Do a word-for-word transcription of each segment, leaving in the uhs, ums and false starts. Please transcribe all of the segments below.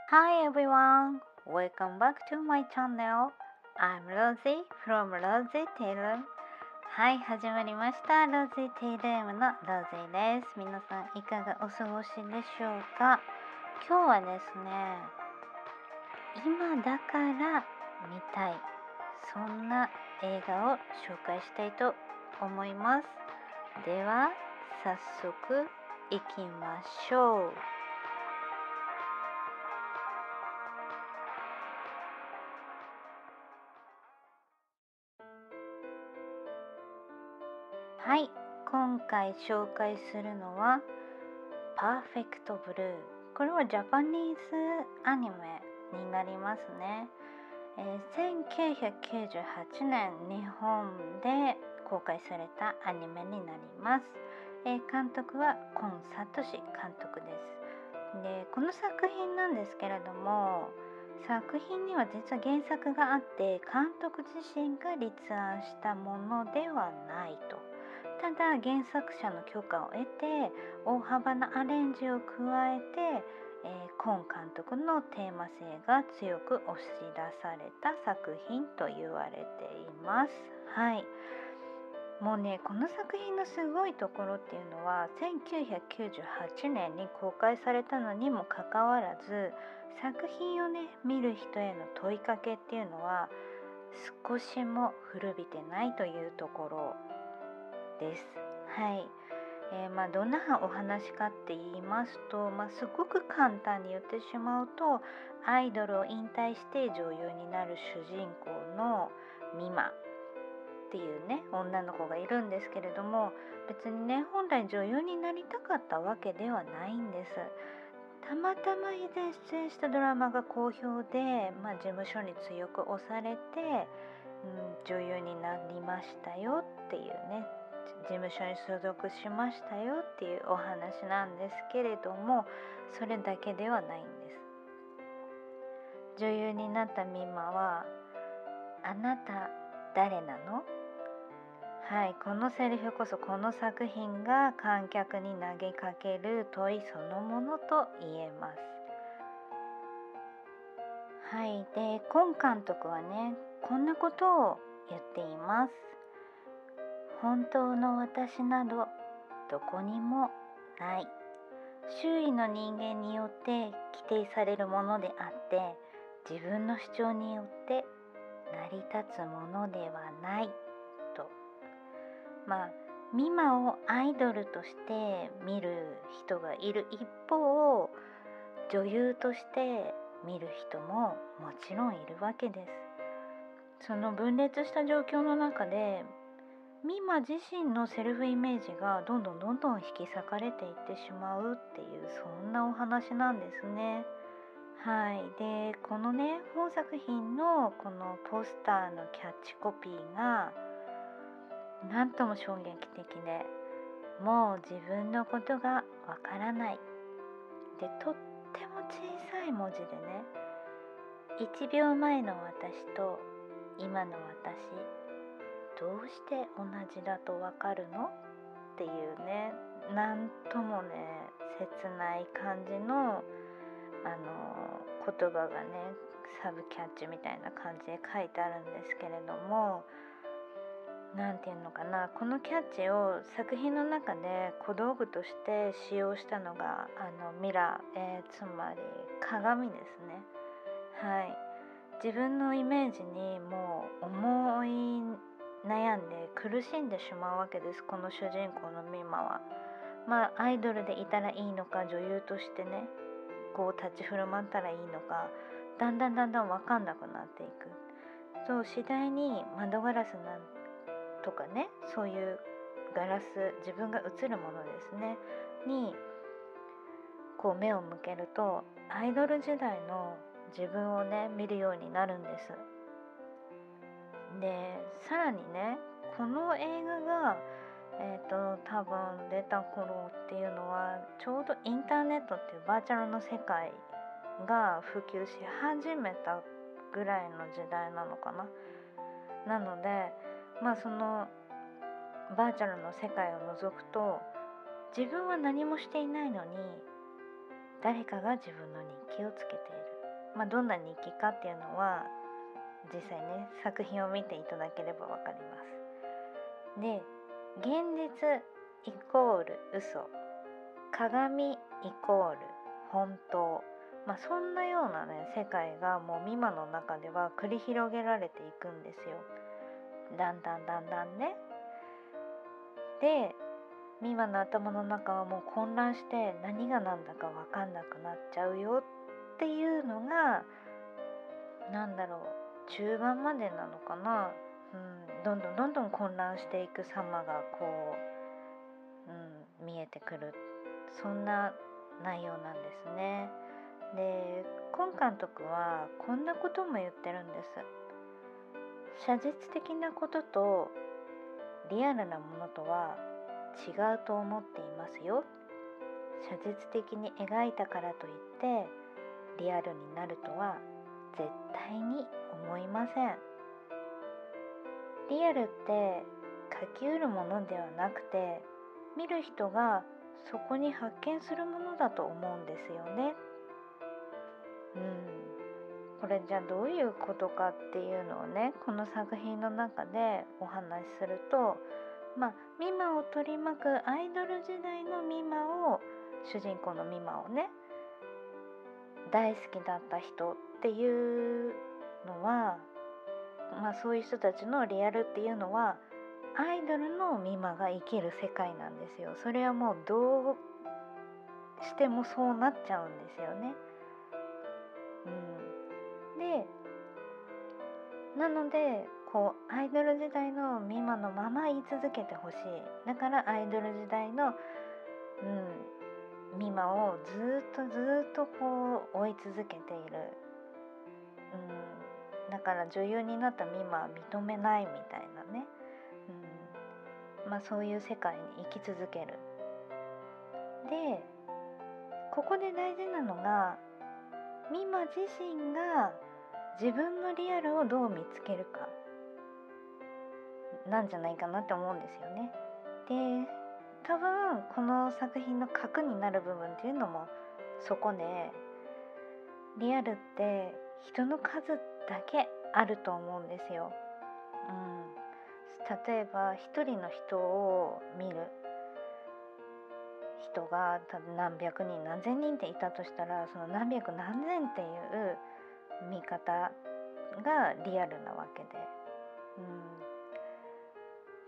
Hi everyone, welcome back to my channel. I'm Rosie from Rosie Taylor. はい、始まりました。ロージーテイルームのロージーです。皆さんいかがお過ごしでしょうか。今日はですね、今だから見たい、そんな映画を紹介したいと思います。では、早速いきましょう。はい、今回紹介するのはパーフェクトブルー。これはジャパニーズアニメになりますね。えー、せんきゅうひゃくきゅうじゅうはちねん日本で公開されたアニメになります。えー、監督はコン・サトシ監督です。で、この作品なんですけれども、作品には実は原作があって監督自身が立案したものではないと。ただ原作者の許可を得て大幅なアレンジを加えて、えー、コン監督のテーマ性が強く押し出された作品と言われています。はい、もうね、この作品のすごいところっていうのはせんきゅうひゃくきゅうじゅうはちねんに公開されたのにもかかわらず、作品をね見る人への問いかけっていうのは少しも古びてないというところです。はい、えーまあ、どんなお話かって言いますと、まあ、すごく簡単に言ってしまうと、アイドルを引退して女優になる主人公のミマっていうね女の子がいるんですけれども、別にね本来女優になりたかったわけではないんです。たまたま以前出演したドラマが好評で、まあ、事務所に強く押されて、うん、女優になりましたよっていうね、事務所に所属しましたよっていうお話なんですけれども、それだけではないんです。女優になったミマは、あなた誰なの？はい、このセリフこそこの作品が観客に投げかける問いそのものと言えます。はい、で、コン監督はね、こんなことを言っています。本当の私などどこにもない。周囲の人間によって規定されるものであって、自分の主張によって成り立つものではないと。まあ、ミマをアイドルとして見る人がいる一方、女優として見る人ももちろんいるわけです。その分裂した状況の中で、ミマ自身のセルフイメージがどんどんどんどん引き裂かれていってしまうっていう、そんなお話なんですね。はい、で、このね本作品のこのポスターのキャッチコピーがなんとも衝撃的で、もう自分のことがわからないで、とっても小さい文字でね、いちびょうまえの私と今の私、どうして同じだとわかるのっていうね、なんともね切ない感じのあの言葉がね、サブキャッチみたいな感じで書いてあるんですけれども、なんていうのかな、このキャッチを作品の中で小道具として使用したのがあのミラー、えーつまり鏡ですね。はい、自分のイメージにもう思い悩んで苦しんでしまうわけです、この主人公のミマは。まあアイドルでいたらいいのか、女優としてねこう立ち振る舞ったらいいのか、だんだんだんだん分かんなくなっていく。そう、次第に窓ガラスなんとかね、そういうガラス、自分が映るものですねにこう目を向けると、アイドル時代の自分をね見るようになるんです。で、さらにね、この映画がえーと多分出た頃っていうのはちょうどインターネットっていうバーチャルの世界が普及し始めたぐらいの時代なのかな。なので、まあそのバーチャルの世界を覗くと、自分は何もしていないのに誰かが自分の日記をつけている。 まあ、どんな日記かっていうのは実際ね作品を見ていただければわかります。で、現実イコール嘘、鏡イコール本当、まあ、そんなようなね世界がもうミマの中では繰り広げられていくんですよ。だんだんだんだんね。で、ミマの頭の中はもう混乱して何が何だか分かんなくなっちゃうよっていうのが、なんだろう、中盤までなのかな、うん、どんどんどんどん混乱していく様がこう、うん、見えてくる、そんな内容なんですね。で、今監督はこんなことも言ってるんです。写実的なこととリアルなものとは違うと思っていますよ。写実的に描いたからといってリアルになるとは絶対に思いません。リアルって書きうるものではなくて、見る人がそこに発見するものだと思うんですよね。うん、これじゃあどういうことかっていうのをね、この作品の中でお話しすると、まあミマを取り巻くアイドル時代のミマを、主人公のミマをね、大好きだった人っていうのは、まあそういう人たちのリアルっていうのはアイドルのミマが生きる世界なんですよ。それはもうどうしてもそうなっちゃうんですよね。うん、で、なのでこうアイドル時代のミマのまま言い続けてほしい。だからアイドル時代の、うん、ミマをずっとずっとこう追い続けている。うん、だから女優になったミマは認めないみたいなね。うん、まあそういう世界に生き続ける。で、ここで大事なのがミマ自身が自分のリアルをどう見つけるかなんじゃないかなって思うんですよね。で、多分この作品の核になる部分っていうのもそこで、リアルって人の数だけあると思うんですよ。うん、例えば一人の人を見る人が多分何百人何千人っていたとしたら、その何百何千っていう見方がリアルなわけで、うん、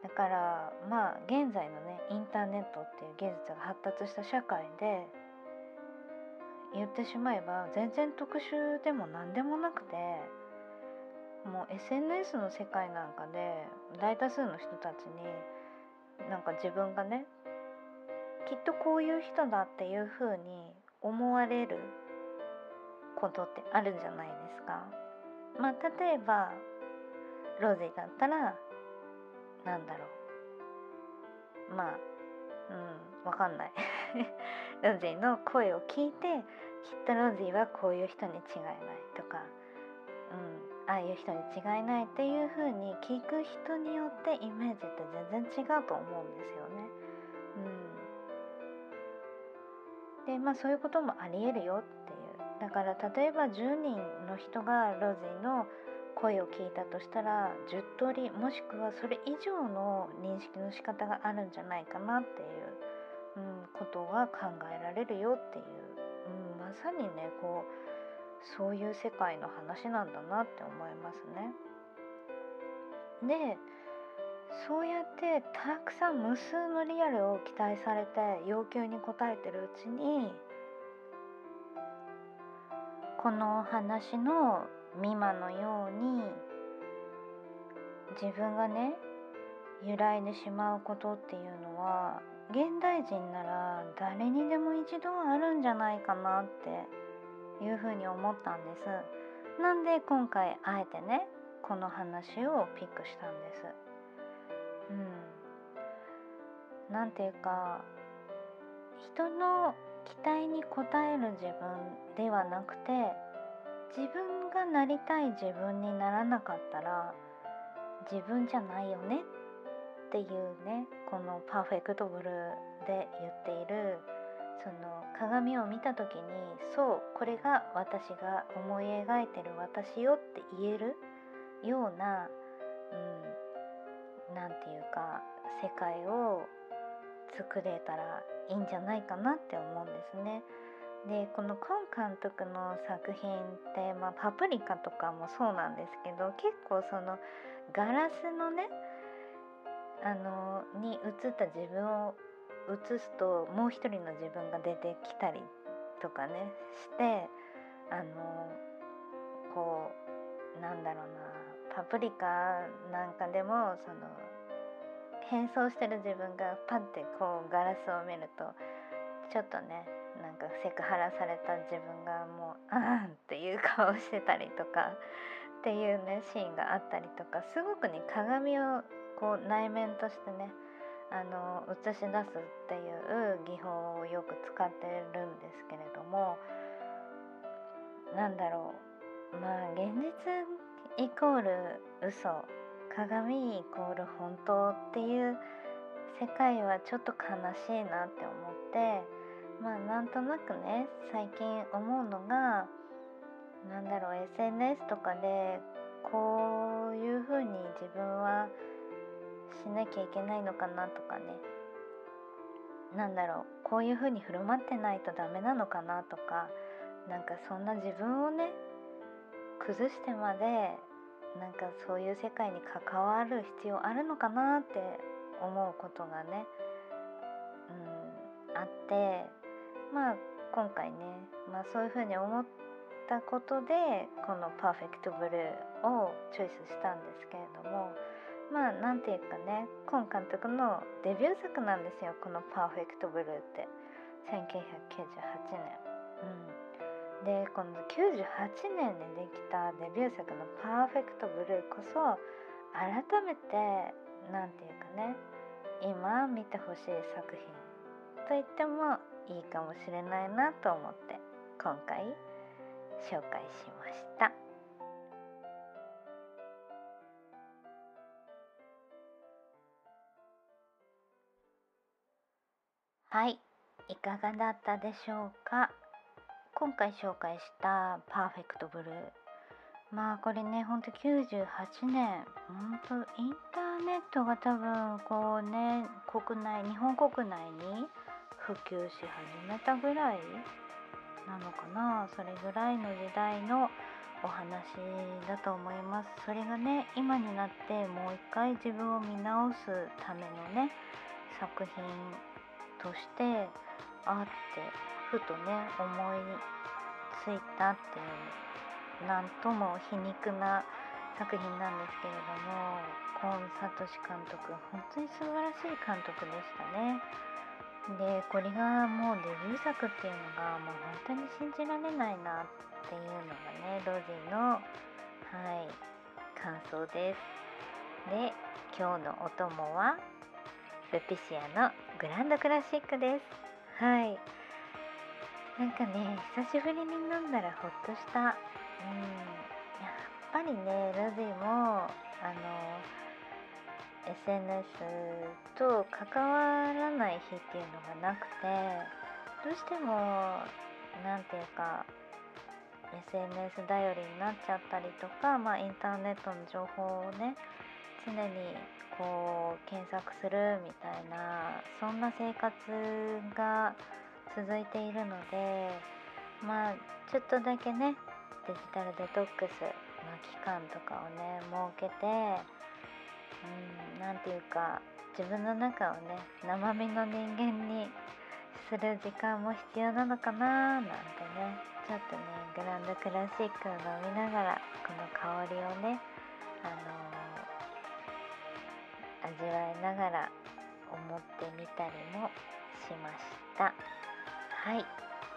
だからまあ現在のねインターネットっていう技術が発達した社会で言ってしまえば全然特殊でも何でもなくて、もう エスエヌエス の世界なんかで大多数の人たちになんか自分がねきっとこういう人だっていう風に思われることってあるじゃないですか。まあ例えばロゼだったらなんだろう、まあうんわかんないロゼの声を聞いてきっとロゼはこういう人に違いないとか、うん、ああいう人に違いないっていう風に聞く人によってイメージって全然違うと思うんですよね。うん、でまあそういうこともありえるよっていう。だから例えばじゅうにんの人がロゼの声を聞いたとしたらじゅっ通りもしくはそれ以上の認識の仕方があるんじゃないかなっていう、うん、ことが考えられるよっていう、うん、まさにねこうそういう世界の話なんだなって思いますね。で、そうやってたくさん無数のリアルを期待されて要求に応えてるうちに、この話のミマのように自分がね揺らいでしまうことっていうのは現代人なら誰にでも一度はあるんじゃないかなっていうふうに思ったんです。なんで今回あえてねこの話をピックしたんです。うん、なんていうか人の期待に応える自分ではなくて、自分がなりたい自分にならなかったら自分じゃないよねっていうね、このパーフェクトブルーで言っているその鏡を見た時に、そうこれが私が思い描いてる私よって言えるような、うん、なんていうか世界を作れたらいいんじゃないかなって思うんですね。でこのコン監督の作品って、まあ、パプリカとかもそうなんですけど、結構そのガラスのねあのに映った自分を映すともう一人の自分が出てきたりとかねして、あのこうなんだろうな、パプリカなんかでもその変装してる自分がパッてこうガラスを見るとちょっとねなんかセクハラされた自分がもうあーんっていう顔してたりとかっていうねシーンがあったりとか、すごくね鏡をこう内面としてねあの映し出すっていう技法をよく使ってるんですけれども、なんだろう、まあ現実イコール嘘、鏡イコール本当っていう世界はちょっと悲しいなって思って、まあなんとなくね最近思うのが、なんだろう エスエヌエス とかでこういう風に自分はしなきゃいけないのかなとかね、なんだろうこういう風に振る舞ってないとダメなのかなとか、なんかそんな自分をね崩してまでなんかそういう世界に関わる必要あるのかなって思うことがね、うん、あって、まあ今回ね、まあ、そういう風に思ったことでこのパーフェクトブルーをチョイスしたんですけれども、まあなんていうかね、コン監督のデビュー作なんですよ、このパーフェクトブルーってせんきゅうひゃくきゅうじゅうはちねん、うん、でこのきゅうじゅうはちねんにできたデビュー作のパーフェクトブルーこそ改めてなんていうかね、今見てほしい作品と言ってもいいかもしれないなと思って今回紹介しました。はい、いかがだったでしょうか。今回紹介したパーフェクトブルー、まあこれねほんときゅうじゅうはちねん、ほんとインターネットが多分こうね国内日本国内に普及し始めたぐらいなのかな、それぐらいの時代のお話だと思います。それがね今になってもう一回自分を見直すためのね作品としてあってふとね思いついたっていうなんとも皮肉な作品なんですけれども、コン・サトシ監督本当に素晴らしい監督でしたね。でこれがもうデビュー作っていうのがもう本当に信じられないなっていうのがねロジーのはい感想です。で今日のお供はルピシアのグランドクラシックです。はい、なんかね久しぶりに飲んだらほっとした。うん、やっぱりねロジーもあの エスエヌエス と関わらない日っていうのがなくて、どうしてもなんていうか エスエヌエス 頼りになっちゃったりとか、まあ、インターネットの情報をね常にこう検索するみたいなそんな生活が続いているので、まあちょっとだけねデジタルデトックスの期間とかをね設けて、うん、なんていうか自分の中をね生身の人間にする時間も必要なのかななんてね、ちょっとねグランドクラシックを飲みながらこの香りをね、あのー味わいながら思ってみたりもしました。はい、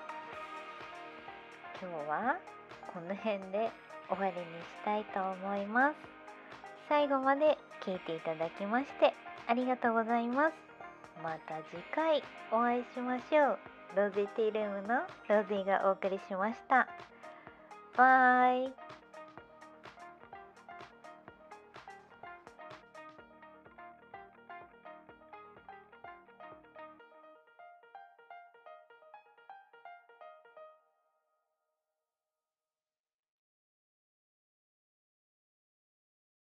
今日はこの辺で終わりにしたいと思います。最後まで聞いていただきましてありがとうございます。また次回お会いしましょう。ロゼティルームのロゼがお送りしました。バイ。